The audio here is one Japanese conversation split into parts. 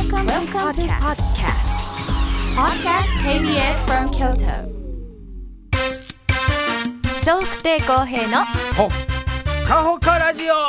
Welcome to podcast. Podcast KBS from Kyoto. 笑福亭公平のほかほかラジオ。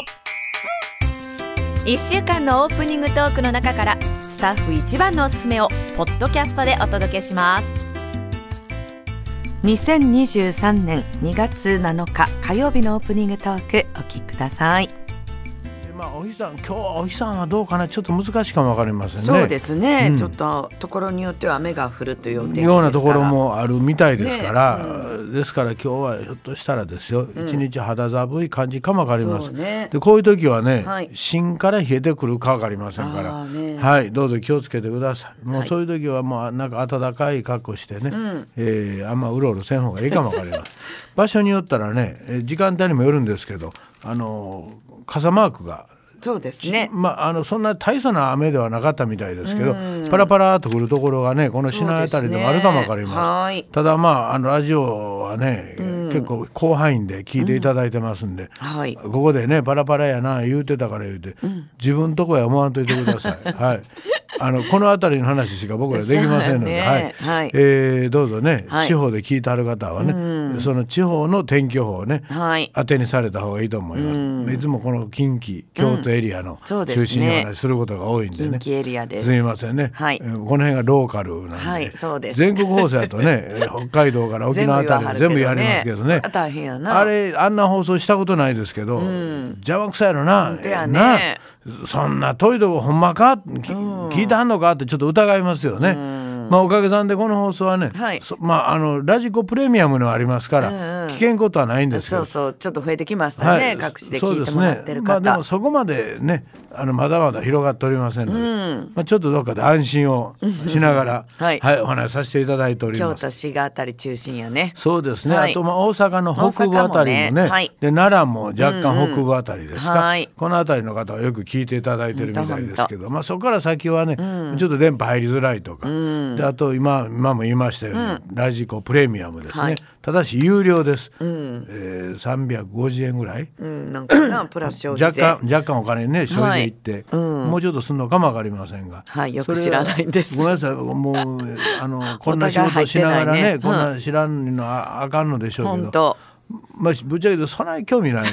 1週間のオープニングトークの中からスタッフ一番のおすすめをポッドキャストでお届けします。2023年2月7日火曜日のオープニングトークお聞きください。 お日さん、今日はお日さんはどうかな、ちょっと難しいかも分かりませんね。 そうですね、ちょっとところによっては雨が降るという天気ですからようなところもあるみたいですから、ですから今日はひょっとしたらですよ、一日肌寒い感じかも分かります、でこういう時はね、芯から冷えてくるか分かりませんから、はい、どうぞ気をつけてください。もうそういう時はもうなんか暖かい格好してね、あんまうろうろせん方がいいかも分かります場所によったらね、時間帯にもよるんですけど、傘マークがそうですね、 そんな大層な雨ではなかったみたいですけど、パラパラと降るところがね、この市内あたりでもあるかも分かります。ただラジオはね、結構広範囲で聞いていただいてますんで、ここでねパラパラやな言うてたから言うて、自分とこや思わんといてくださいはいこの辺りの話しか僕らできませんので、どうぞね、地方で聞いてある方はね、その地方の天気予報をね、当てにされた方がいいと思います。いつもこの近畿京都エリアの中心にお話しすることが多いんでね、 近畿エリアです。 すみませんね、この辺がローカルなんで、 そうです。 全国放送やとね北海道から沖縄あたりで全部やりますけどね、 大変やな。 あれあんな放送したことないですけど、邪魔くさいのな、そんな遠いとこほんまか聞いてはんのかってちょっと疑いますよね。おかげさんでこの放送はね、ラジコプレミアムのありますから、聞けんことはないんですよ。 そうちょっと増えてきましたね、各地で聞いてもらってる方。 でもそこまでねまだまだ広がっておりませんので、ちょっとどっかで安心をしながらお話しさせていただいております。 京都滋賀あたり中心やね。 そうですね、あと大阪の北部あたりもね、で奈良も若干北部あたりですか、このあたりの方はよく聞いていただいてるみたいですけど、そこから先はね、ちょっと電波入りづらいとか、であと今も言いましたように、ラジコプレミアムですね、ただし有料です、350円ぐらい、 なんかなプラス消費税若干お金ね消費税いって、もうちょっとするのかも分かりませんが、 よく知らないんです。 ごめんなさい、もうこんな仕事しながらね、こんな知らんのあかんのでしょうけど、ぶっちゃけ言うとそんなに興味ない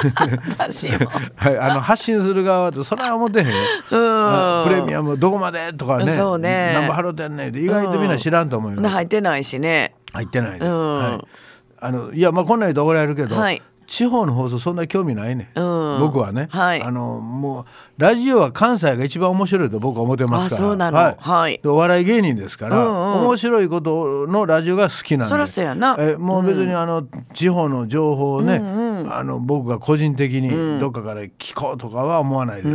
発信する側ってそんなに思ってへんプレミアムどこまでとかね、何ぼ払ってんねんって意外とみんな知らんと思います。 入ってないしね。 入ってないです、いやこんなん言うと怒られるけど、地方の放送そんな興味ないね、僕はね、もうラジオは関西が一番面白いと僕は思ってますから。 そうなの、 お笑い芸人ですから、面白いことのラジオが好きなんで、 そらそうやな。 もう別に地方の情報をね、僕が個人的にどっかから聞こうとかは思わないです、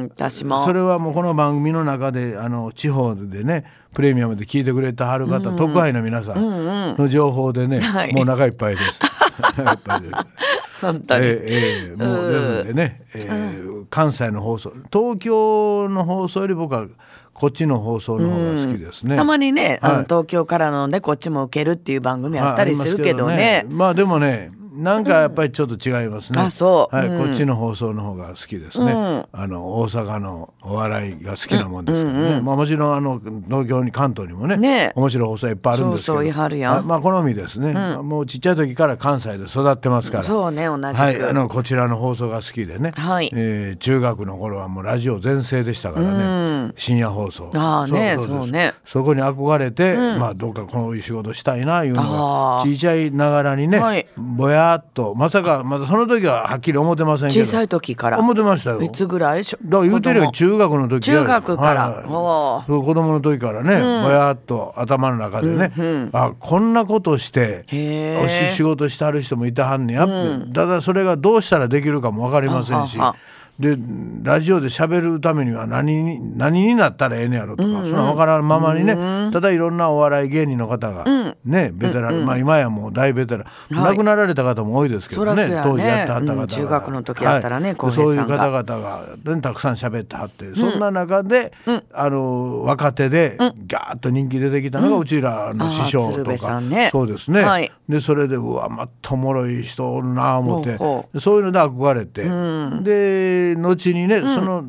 私もそれはもうこの番組の中で地方でねプレミアムで聞いてくれてはる方、特派員の皆さんの情報でね、もう中いっぱいです本当に、 もうですんでね、関西の放送、東京の放送より僕はこっちの放送の方が好きですね。 たまにね、東京からのねこっちも受けるっていう番組あったりするけどね、 でもねなんかやっぱりちょっと違いますね。こっちの放送の方が好きですね、大阪のお笑いが好きなもんですからね、もちろん東京に関東にもね面白い放送いっぱいあるんですけど、好みですね、もうちっちゃい時から関西で育ってますから、 そうね、同じく、 こちらの放送が好きでね、中学の頃はもうラジオ全盛でしたからね、深夜放送、そこに憧れて、どっかこういう仕事したいないうのが小さいながらにね、ぼやっと、まさかまだその時ははっきり思ってませんけど、 小さい時から思ってましたよ。 いつぐらい？ だから言うてるよ、中学の時、 中学から、 子供の時からね、ぼやっと頭の中でね、こんなことしてお仕事してはる人もいてはんねやって、ただそれがどうしたらできるかも分かりませんし、でラジオで喋るためには何になったらええねやろとか、そんな分からんままにね、ただいろんなお笑い芸人の方がね、ベテラン、今やもう大ベテラン、亡くなられた方も多いですけどね、当時やってはった方が、 中学の時やったらね、 そういう方々がたくさん喋ってはって、そんな中で若手でガーッと人気出てきたのがうちらの師匠とか、そうですね、でそれでうわまったおもろい人おるな思って、そういうので憧れて、で後にね、その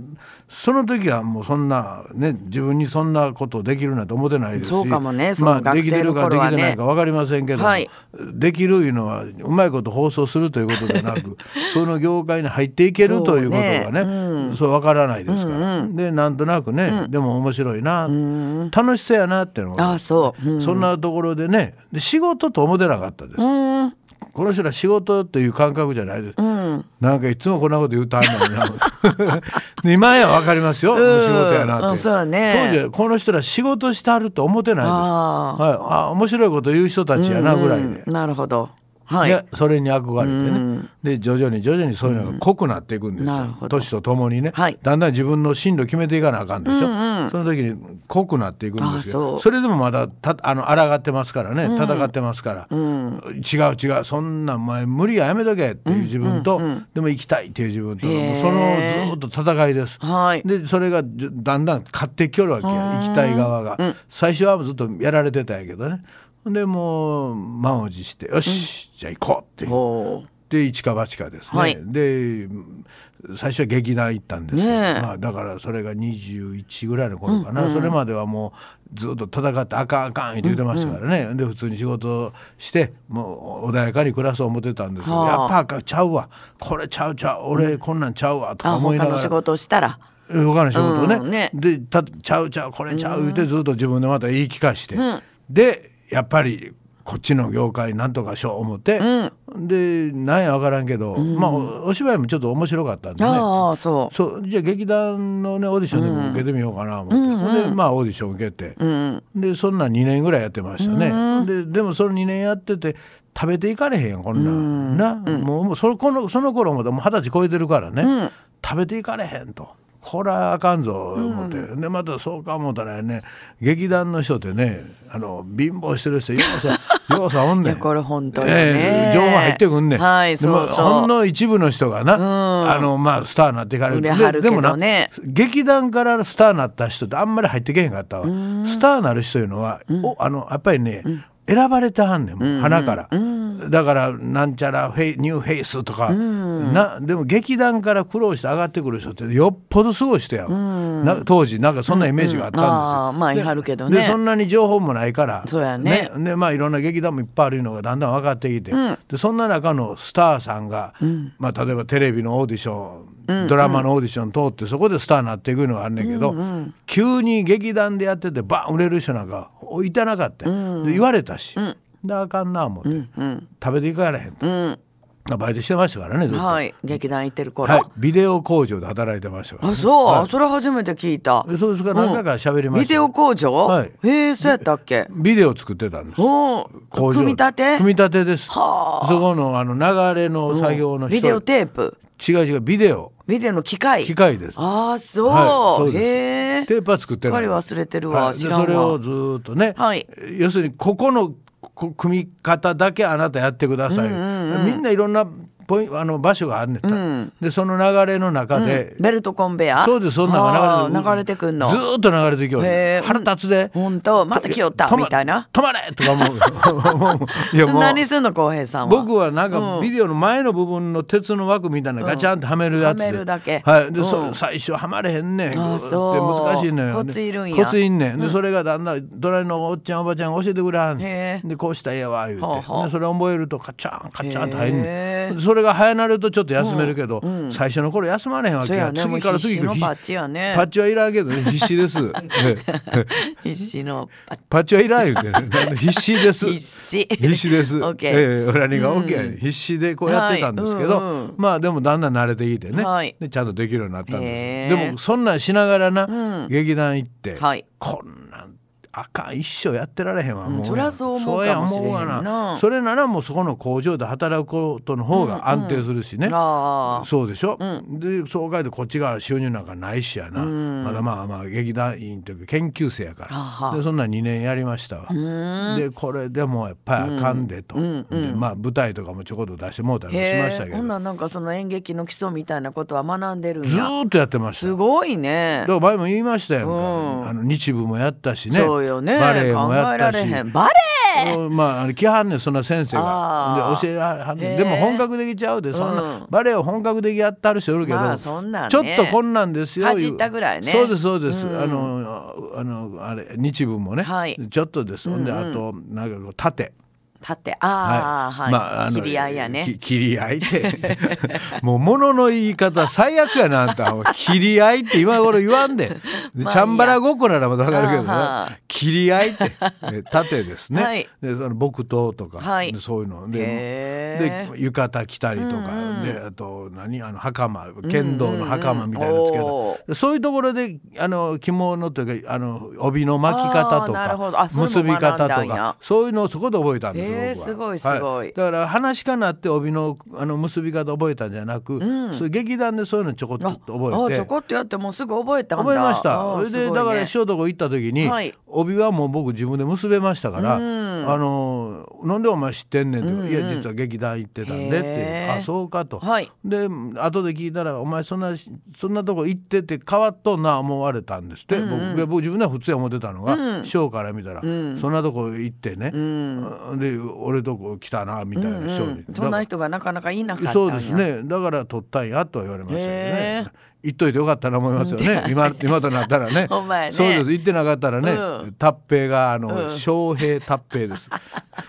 その時はもうそんなね自分にそんなことできるなんて思ってないですし、 そうかもね、その学生の頃はね、 できてるかできてないか分かりませんけど、はい、できるいうのはうまいこと放送するということではなくその業界に入っていけるということがね、そう分からないですから、でなんとなくね、でも面白いな、楽しそうやなっていうのが、そんなところでね、で仕事と思ってなかったです。この人ら仕事という感覚じゃないです、なんかいつもこんなこと言うとあんのにな今や分かりますよ、仕事やなって、そうね、当時はこの人ら仕事してはると思ってないです。面白いこと言う人たちやなぐらいで、 なるほど、 でそれに憧れてね、で徐々にそういうのが濃くなっていくんですよ、年とともにね、だんだん自分の進路決めていかなあかんでしょ、その時に濃くなっていくんですよ。それでもまだ抗ってますからね、戦ってますから、違うそんな前無理やめとけっていう自分と、でも行きたいっていう自分と、もうそのずっと戦いです、でそれがだんだん勝ってきよるわけや、行きたい側が、最初はずっとやられてたんやけどね、でもう満を持してよし、じゃあ行こうっていうで一か八かですね、で最初は劇団行ったんですけど、だからそれが21ぐらいの頃かな、それまではもうずっと戦ってあかんあかんって言ってましたからね、で普通に仕事してもう穏やかに暮らそう思ってたんですけど、やっぱちゃうわ、これちゃう俺こんなんちゃうわとか思いながら、 他の仕事をしたら他の仕事をね、でちゃうこれちゃう言ってずっと自分でまた言い聞かして、でやっぱりこっちの業界なんとかしよう思って、でなんや分からんけど、お芝居もちょっと面白かったんでね、そうじゃあ劇団のねオーディションでも受けてみようかな思って、でオーディション受けて、でそんな2年ぐらいやってましたね、でもその2年やってて食べていかれへんやんこんなんな、もうその頃も20歳超えてるからね、食べていかれへんと。これはあかんぞ思って、でまたそうか思ったらね、劇団の人ってね貧乏してる人ようさおんねんこれ本当にね、 情報入ってくんねん、でもほんの一部の人がな、スターになっていかれる、でもな劇団からスターになった人ってあんまり入ってけへんかったわ、スターになる人いうのは、やっぱりね、選ばれてはんねん、もう花から、だからなんちゃらニューフェイスとか、でも劇団から苦労して上がってくる人ってよっぽどすごい人やわ、当時なんかそんなイメージがあったんですよ、でそんなに情報もないからね、でいろんな劇団もいっぱいあるのがだんだん分かってきて、でそんな中のスターさんが、例えばテレビのオーディション、ドラマのオーディション通ってそこでスターになっていくのがあんねんけど、急に劇団でやっててバン売れる人なんかいてなかった、で言われたし、であかんな思って、食べていかれへんと、バイトしてましたからねずっと、 劇団行ってる頃、 ビデオ工場で働いてましたから、 それ初めて聞いた。 そうですか、何回か喋りました、 ビデオ工場、そうやったっけ。 ビデオ作ってたんです、 組み立てです。そこの流れの作業の人、 ビデオテープ、 違うビデオの機械です。 そうです、テープは作ってる、 忘れてるわ、知らんわ。 それをずっとね、要するにここの組み方だけあなたやってください、みんないろんな場所があるねん、でその流れの中で、 ベルトコンベヤ、 そうです、そんな流れてくんの、 ずーっと流れてきよる、腹立つで、 本当また来よったみたいな、 止まれとか思ういやもう何すんの浩平さんは。 僕はなんかビデオの前の部分の鉄の枠みたいなガチャンってはめるやつで、 はめるだけ、 で最初はまれへんねん、難しいのよ、 コツいるんや、 コツいんねん、でそれがだんだん隣のおっちゃんおばちゃんが教えてくれはんねん、でこうしたらええわ言うて、でそれ覚えるとカチャンカチャンって入んねん、それが早なるとちょっと休めるけど、最初の頃休まれへんわけや、次から次のパッチやね、 パッチはいらんけど必死です必死のパッチはいらん言うて、必死です必死です、 何が OK やね、必死でこうやってたんですけど、でもだんだん慣れてきてね、でちゃんとできるようになったんです。でもそんなんしながらな、劇団行って、こんなんあかん、一生やってられへんわ、もうそりゃそう思うかもしれへんな。 それならもうそこの工場で働くことの方が安定するしね、そうでしょ、でそうかいてこっちが収入なんかないしやな、まだまあ劇団員というか研究生やから、でそんな2年やりましたわ、でこれでもやっぱりあかんでと、で舞台とかもちょこっと出してもうたりもしましたけど、 なんかその演劇の基礎みたいなことは学んでるんや。 ずーっとやってました。 すごいね。 だから前も言いましたやんか、日舞もやったしね、 そうよね、 バレエもやったし、 考えられへん。バレエまあ来はんねんそんな先生がで教えらはんねん。でも本格的ちゃうで、そんなバレエを本格的やってある人おるけど、 まあそんなんね、 ちょっとこんなんですよ、 かじったぐらいね。 そうですそうです、あれ日舞もね、 はい、 ちょっとです。ほんであとなんかこう盾、 はい、 まあ、 切り合いやね。 切り合いってもう物の言い方最悪やな、あんた切り合いって今頃言わんで、チャンバラごっこならまだ分かるけどね、切り合いって盾ですね、はい、で木刀とか、はい、でそういうので浴衣着たりとか、であと袴、剣道の袴みたいなのつけた、そういうところで着物というか帯の巻き方とか結び方とか、そういうのをそこで覚えたんです。 すごいすごい、 はい、だから話かなって帯の結び方覚えたんじゃなく、そういう劇団でそういうのちょこっと覚えて、 ちょこっとやってもうすぐ覚えたんだ。 覚えました。それで、だから師匠とこ行った時に、はい、帯はもう僕自分で結べましたから、なんでお前知ってんねんって、いや実は劇団行ってたんでって、あそうかと、はい、で後で聞いたらお前そんなとこ行ってて変わっとんな思われたんですって、僕自分では普通に思ってたのが、師匠から見たら、そんなとこ行ってね、で俺とこ来たなみたいな人に、 そんな人がなかなかいなかったんや。 そうですね、だから取ったんやとは言われましたよね。言っといてよかったな思いますよね今となったらね。 ね、 そうです、言ってなかったらね、タッペイが翔平タッペイです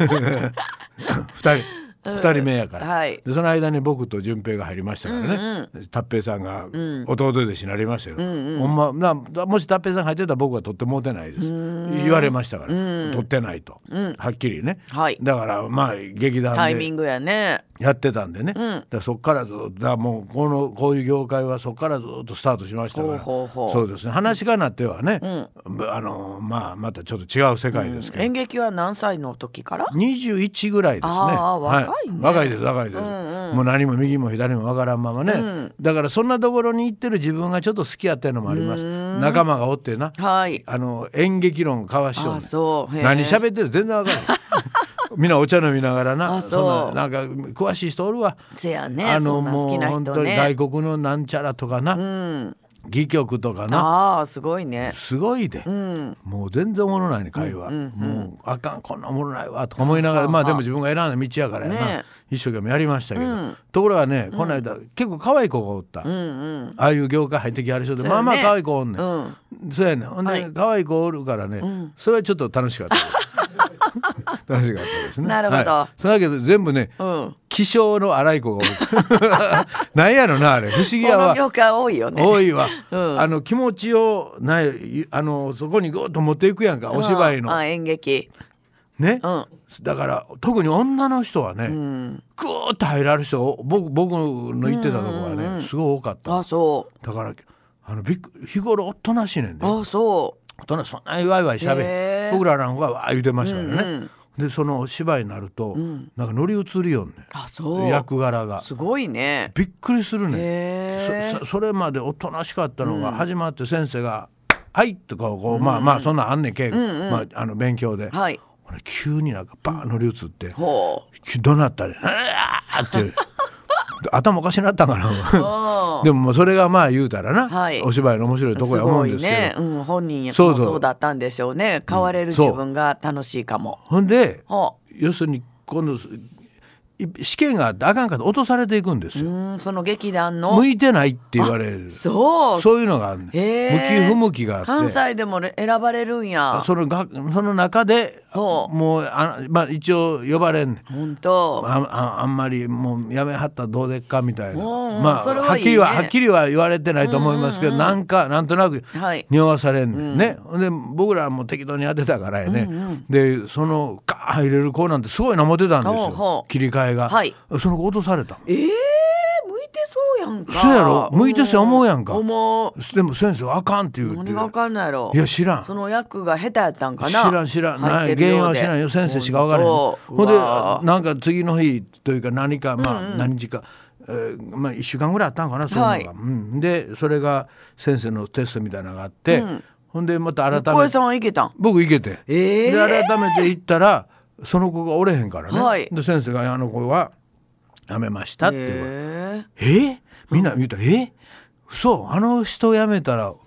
2人目やから、はい、でその間に僕と順平が入りましたからね、タッペイさんが弟弟子になりましたよ、ほんまもしタッペイさんが入ってたら僕は取ってもうてないです、言われましたから、取ってないと、はっきりね、はい、だからまあ劇団でタイミングやねやってたんでね、だそっからずっともうこういう業界はそっからずっとスタートしましたから、そうですね、話がなってはね、またちょっと違う世界ですけど、 演劇は何歳の時から ？21ぐらいですね。若いです、もう何も右も左もわからんままね、だからそんなところに行ってる自分がちょっと好きやってるのもあります。仲間がおってな、はい、演劇論交わしようね、何喋ってる全然わからないみんなお茶飲みながらな、そんななんか詳しい人おるわ。 せやね、 もう本当に外国のなんちゃらとかな、戯曲とかな、 すごいね、 すごいで、もう全然おもろないね会話、もうあかんこんなおもろないわとか思いながら、まあでも自分が選んだ道やからやな、一生懸命やりましたけど、ところがね、この間結構可愛い子がおった、ああいう業界入ってきはる人で、まあまあ可愛い子おんねん、そうやねん、ほんで可愛い子おるからね、それはちょっと楽しかった楽しかったですね。 なるほど、 それだけど全部ね、気性の荒い子が多いなんやろな、あれ不思議やわ。 この業界多いよね。 多いわ、気持ちをそこにグッと持っていくやんか、お芝居の演劇ね、だから特に女の人はね、グーッと入られる人、僕の言ってたとこはね、すごい多かった。 そうだから日頃おとなしいねんで。 そう大人そんなにワイワイしゃべ、僕らなんかはわー言うてましたからね、でその芝居になると、なんか乗り移るよね、役柄がすごいね、 びっくりするね。それまでおとなしかったのが始まって、先生が「はい」とかこう、まあそんなんあんねん稽古、勉強で、急になんかバーン乗り移って、どなったり「あーって頭おかしなったんかなでもそれがまあ言うたらな、お芝居の面白いとこや思うんですけど、 本人もそうだったんでしょうね。変われる自分が楽しいかも。 ほんで要するに今度試験があってあかんかって落とされていくんですよ。 その劇団の向いてないって言われる、そういうのがあるね、向き不向きがあって、 関西でも選ばれるんや。 その中でもう一応呼ばれんねん。 本当あんまりもうやめはったらどうでっかみたいな、はっきりは言われてないと思いますけど、なんとなく匂わされんねんね。で僕らも適当にやってたからやね、でそのガー入れる子なんてすごいな思ってたんですよ、切り替えが、その子落とされた。 向いてそうやんか。 そうやろ、向いてそう思うやんか。でも先生あかんって言うて。 何があかんのやろ。 いや知らん、 その役が下手やったんかな。 知らん原因は知らんよ、先生しか分からへん。ほんでなんか次の日というか何か何日か、1週間ぐらいあったんかな、そういうのが、でそれが先生のテストみたいなのがあって、ほんでまた改めて小江さんは行けたん？ 僕行けて、で改めて行ったらその子がおれへんからね、で先生があの子は辞めましたって言うから、みんな言うたら嘘、あの人辞めたら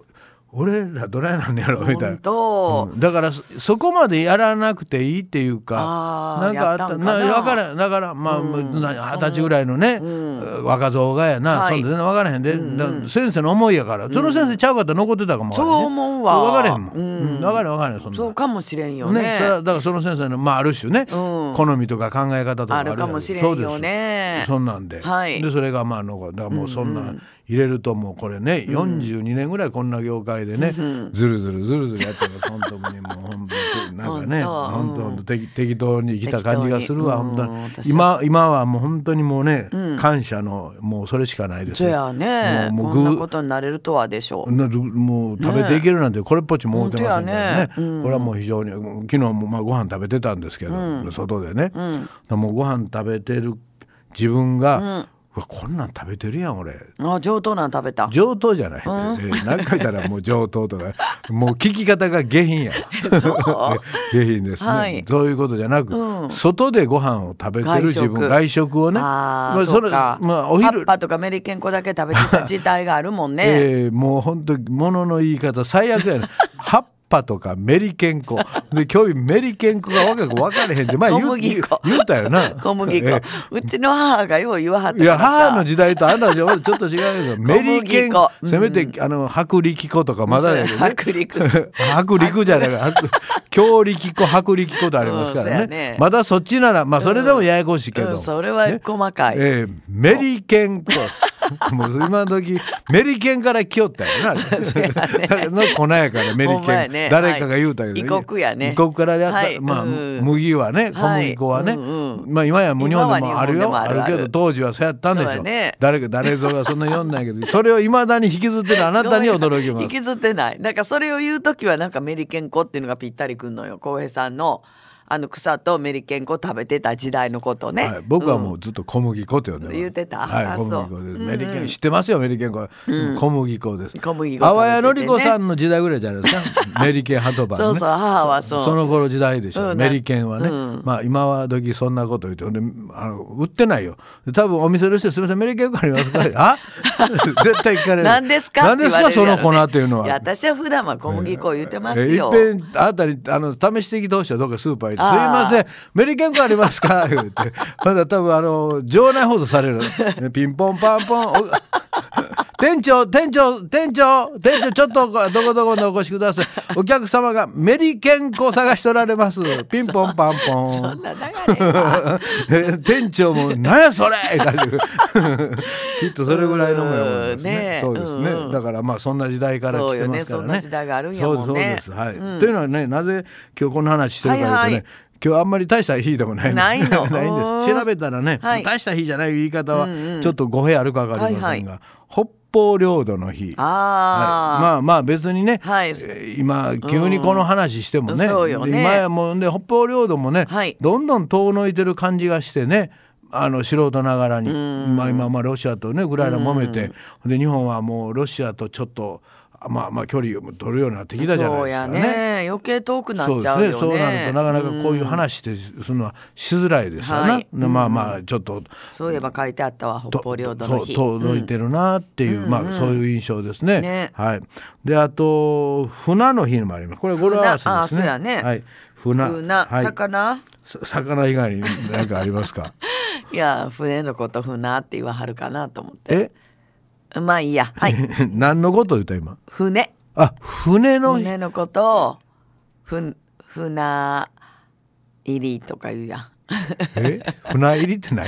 俺らどないなんねやろみたいな、 だからそこまでやらなくていいっていうか、なんかあっただからまあ20歳ぐらいのね、若造がやな、そんで全然分からへんで、先生の思いやから、その先生ちゃうかったら残ってたかもそう思うわ、 分からへんもん、分からへん、 そうかもしれんよね。 だからその先生のある種ね、好みとか考え方とかあるかもしれんよね。 そんなんで、でそれがだからもうそんな入れるともうこれね、42年ぐらいこんな業界でね、ずるずるやってる本当にもう本当なんかね、本当適当に生きた感じがするわ、本当に今はもう本当にもうね、感謝のもうそれしかないです。 そうやね、もうこんなことになれるとはでしょう。 もう食べていけるなんてこれっぽっちも思ってませんからね。これはもう非常に昨日もご飯食べてたんですけど、外でね、もうご飯食べてる自分が、こんなん食べてるやん俺。 上等なん食べた。 上等じゃない、何回言ったらもう上等とかもう聞き方が下品や下品ですね、そういうことじゃなく、外でご飯を食べてる自分、外食をね、 そうか、お昼葉っぱとかメリケン粉だけ食べてた時代があるもんね。 もう本当物の言い方最悪やね葉っぱとかメリケン粉で、今日メリケン粉が分かれへんって前言うたよな。 小麦粉、うちの母がよう言わはったからさ。いや母の時代とあんなのちょっと違うけどメリケン粉、せめて薄力粉とかまだやけどね、薄力じゃない強力粉薄力粉とありますからね、まだそっちならそれでもややこしいけど、 それは細かい、 メリケン粉もう今時メリケンから来よったよなの粉やからメリケン、誰かが言うたけど、 異国やね、 異国からやった、麦はね、小麦粉はね、今や日本でもあるよ、あるけど当時はそうやったんでしょ。誰ぞがそんな読んないけど、それをいまだに引きずってるあなたに驚きます。 引きずってない。だからそれを言うときはなんかメリケン粉っていうのがぴったりくんのよ。浩平さんの草とメリケン粉食べてた時代のことね、 僕はもうずっと小麦粉って呼んでます。 言ってた、 小麦粉です。メリケン知ってますよ、メリケン粉、小麦粉です。 小麦粉、 淡谷のり子さんの時代ぐらいじゃないですかメリケン鳩番ね。 そう母はその頃時代でしょ、メリケンはね、今は時そんなこと言って売ってないよ。多分お店の人、すみませんメリケン粉ありますか絶対聞かれる。 何ですかって言われるその粉っていうのは。 いや私は普段は小麦粉言ってますよ。 いっぺんあたり試してきてほしいよ、どっかスーパー行って、すいませんメリケン粉ありますか言ってまだ多分場内放送されるピンポンパンポン店長ちょっとどこどこにお越しください、お客様がメリケン粉探しておられます、ピンポンパンポン。 そんな流れ店長も何やそれきっとそれぐらいのもやもんですね。そうですね、だからそんな時代から来てますからね。 そんな時代があるんやもんね。 そうです、というのはね、なぜ今日この話してるかというとね、今日あんまり大した日でもないないんです。 調べたらね、大した日じゃない言い方はちょっと語弊あるか分かりませんが、北方領土の日、まあ別にね、今急にこの話してもね、今やもうで北方領土もね、どんどん遠のいてる感じがしてね、素人ながらに、今ロシアとねウクライナ揉めて、で日本はもうロシアとちょっと距離を取るようになってきたじゃないですかね。 そうやね、余計遠くなっちゃうよね。 そうなるとなかなかこういう話ってするのはしづらいですよね。ちょっとそういえば書いてあったわ、北方領土の日。 届いてるなっていう、そういう印象ですね。であと船の日もあります。これ語呂合わせですね。 そうやね。 船、魚以外に何かありますか？ いや船のこと船って言わはるかなと思って。まあいいや。 何のこと言った今？ 船。 船のことを船入りとか言うやん。 船入りって何？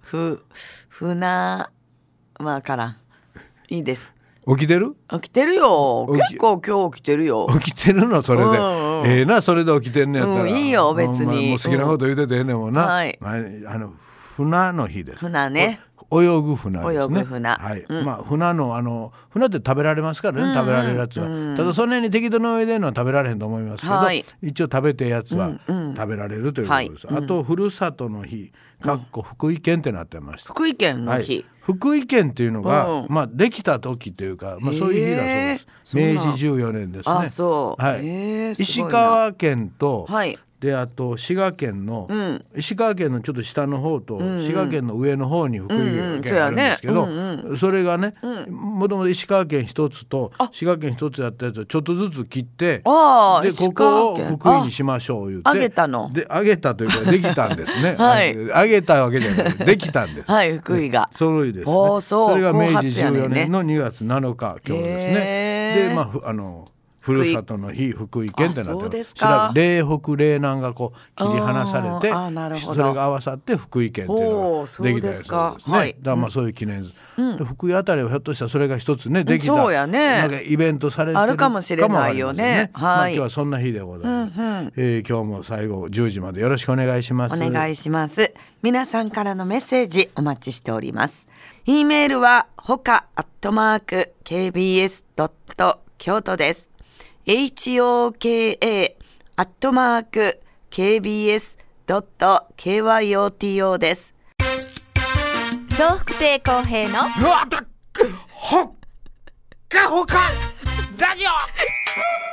船からん。いいです。 起きてる？ 起きてるよ。結構今日起きてるよ。 起きてるのそれで。それで起きてんねやったら。 いいよ別に。 もう好きなこと言うててええねんもんな。船の日です。 船ね。 泳ぐ船ですね。 泳ぐ船。 船の船って食べられますからね、食べられるやつは。ただそんなに適度に泳いでるのは食べられへんと思いますけど、一応食べてるやつは食べられるということです。あとふるさとの日、福井県ってなってました。 福井県の日。 福井県っていうのができた時というか、そういう日だそうです。明治14年ですね。石川県とであと滋賀県の、石川県のちょっと下の方と、滋賀県の上の方に福井県があるんですけど、それがね、もともと石川県一つと滋賀県一つやったやつをちょっとずつ切って、でここを福井にしましょう言って、 あげたのであげたというかできたんですね。 はい、 あげたわけじゃない、できたんです。 はい、福井がそうですね。それが明治14年の2月7日今日ですね。でまあふるさとの日福井県ってなってます。嶺北嶺南がこう切り離されて、それが合わさって福井県っていうのができたりするんですね。だからまあそういう記念図、福井あたりはひょっとしたらそれが一つねできた、なんかイベントされてるあるかもしれないよね。 まあ今日はそんな日でございます。今日も最後10時までよろしくお願いします。 お願いします。皆さんからのメッセージお待ちしております。Eメールはほか@kbs. 京都です。hoka@kbs.kyoto です。 笑福亭公平のほっかほかラジオ